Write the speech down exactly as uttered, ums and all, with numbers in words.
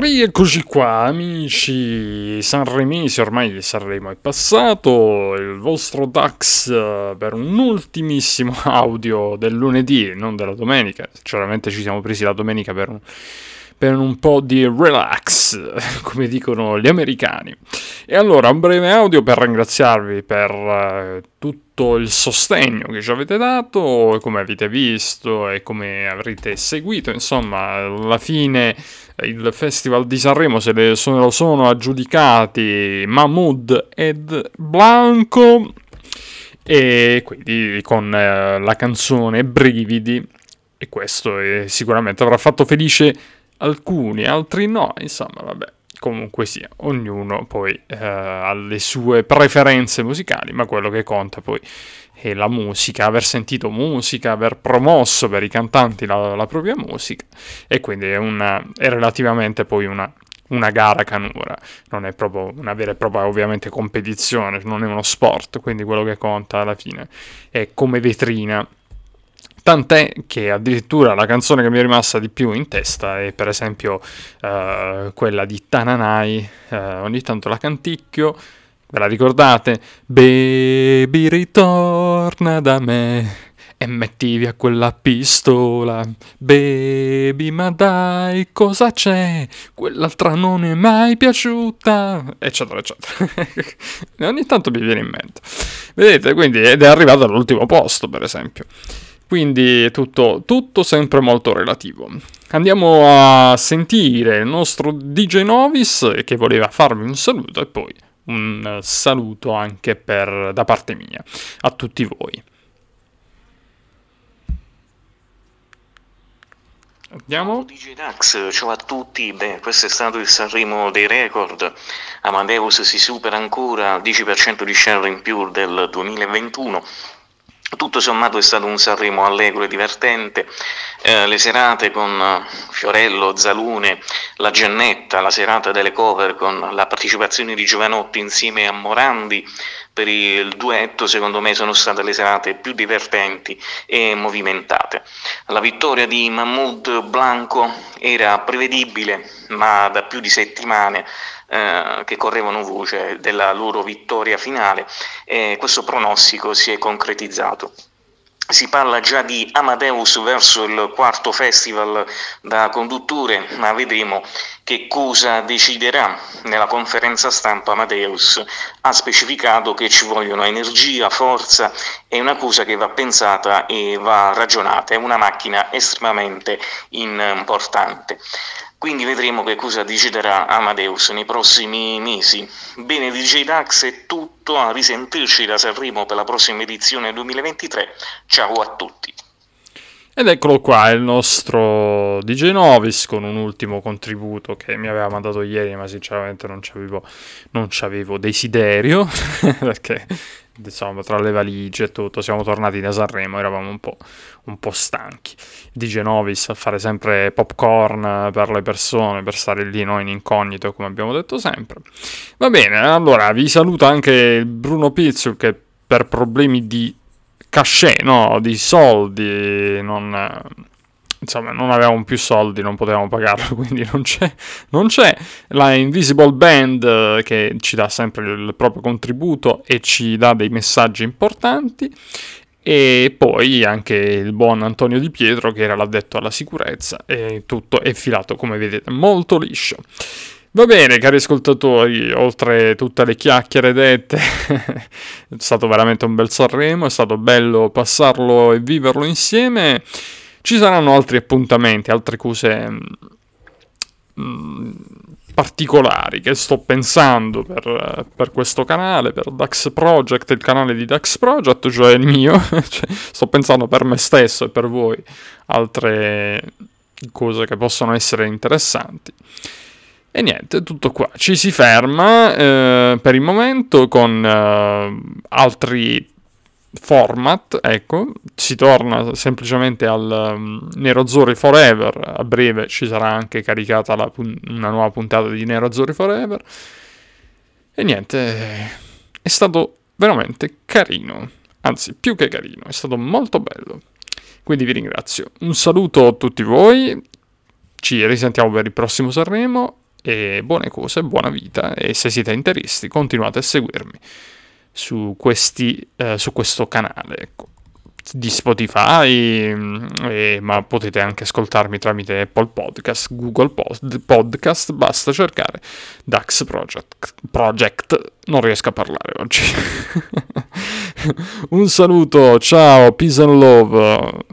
Rieccoci qua, amici sanremesi, ormai Sanremo è passato, il vostro Dax eh, per un ultimissimo audio del lunedì, non della domenica. Sinceramente ci siamo presi la domenica per un, per un po' di relax, come dicono gli americani. E allora, un breve audio per ringraziarvi per eh, tutto il sostegno che ci avete dato, come avete visto e come avrete seguito. Insomma, alla fine il Festival di Sanremo se le sono, sono aggiudicati Mahmood ed Blanco, e quindi con eh, la canzone Brividi, e questo eh, sicuramente avrà fatto felice alcuni, altri no, insomma vabbè. Comunque sia, ognuno poi eh, ha le sue preferenze musicali, ma quello che conta poi è la musica, aver sentito musica, aver promosso per i cantanti la, la propria musica, e quindi è, una, è relativamente poi una, una gara canora, non è proprio una vera e propria ovviamente competizione, non è uno sport, quindi quello che conta alla fine è come vetrina. Tant'è che addirittura la canzone che mi è rimasta di più in testa è per esempio uh, quella di Tananai, uh, ogni tanto la canticchio, ve la ricordate? Baby ritorna da me e metti via quella pistola, baby ma dai cosa c'è, quell'altra non è mai piaciuta, eccetera eccetera. Ogni tanto mi viene in mente, vedete, quindi ed è arrivato all'ultimo posto per esempio. Quindi tutto, tutto sempre molto relativo. Andiamo a sentire il nostro D J Novis che voleva farvi un saluto, e poi un saluto anche per, da parte mia a tutti voi. Andiamo. D J Dax, ciao a tutti. Beh, questo è stato il Sanremo dei record. Amadeus si supera ancora, dieci per cento di share in più del duemilaventuno. Tutto sommato è stato un Sanremo allegro e divertente, eh, le serate con Fiorello, Zalune, la Gennetta, la serata delle cover con la partecipazione di Giovanotti insieme a Morandi per il duetto, secondo me sono state le serate più divertenti e movimentate. La vittoria di Mahmood Blanco era prevedibile, ma da più di settimane eh, che correvano voce della loro vittoria finale, e questo pronostico si è concretizzato. Si parla già di Amadeus verso il quarto festival da conduttore, ma vedremo che cosa deciderà. Nella conferenza stampa Amadeus ha specificato che ci vogliono energia, forza, è una cosa che va pensata e va ragionata, è una macchina estremamente importante. Quindi vedremo che cosa deciderà Amadeus nei prossimi mesi. Bene, D J Dax è tutto, a risentirci da Sanremo per la prossima edizione duemilaventitré. Ciao a tutti. Ed eccolo qua, il nostro D J Novis con un ultimo contributo che mi aveva mandato ieri, ma sinceramente non c'avevo, non c'avevo desiderio, perché insomma tra le valigie e tutto siamo tornati da Sanremo, eravamo un po', un po' stanchi. D J Novis a fare sempre popcorn per le persone, per stare lì noi in incognito, come abbiamo detto sempre. Va bene, allora vi saluta anche il Bruno Pizzu che per problemi di cachet, no, di soldi, non, insomma, non avevamo più soldi, non potevamo pagarlo, quindi non c'è, non c'è la Invisible Band che ci dà sempre il proprio contributo e ci dà dei messaggi importanti, e poi anche il buon Antonio Di Pietro che era l'addetto alla sicurezza, e tutto è filato, come vedete, molto liscio. Va bene, cari ascoltatori, oltre tutte le chiacchiere dette, è stato veramente un bel Sanremo, è stato bello passarlo e viverlo insieme. Ci saranno altri appuntamenti, altre cose mh, particolari che sto pensando per, per questo canale, per Dax Project, il canale di Dax Project, cioè il mio. Cioè, sto pensando per me stesso e per voi altre cose che possono essere interessanti. E niente, tutto qua, ci si ferma eh, per il momento con eh, altri format, ecco, si torna semplicemente al um, Nerazzurri Forever, a breve ci sarà anche caricata la, una nuova puntata di Nerazzurri Forever, e niente, è stato veramente carino, anzi più che carino, è stato molto bello, quindi vi ringrazio, un saluto a tutti voi, ci risentiamo per il prossimo Sanremo. e buone cose, buona vita, e se siete interisti continuate a seguirmi su, questi, eh, su questo canale, ecco, di Spotify, eh, ma potete anche ascoltarmi tramite Apple Podcast, Google Pod, Podcast, basta cercare Dax Project, Project, non riesco a parlare oggi. Un saluto, ciao, peace and love.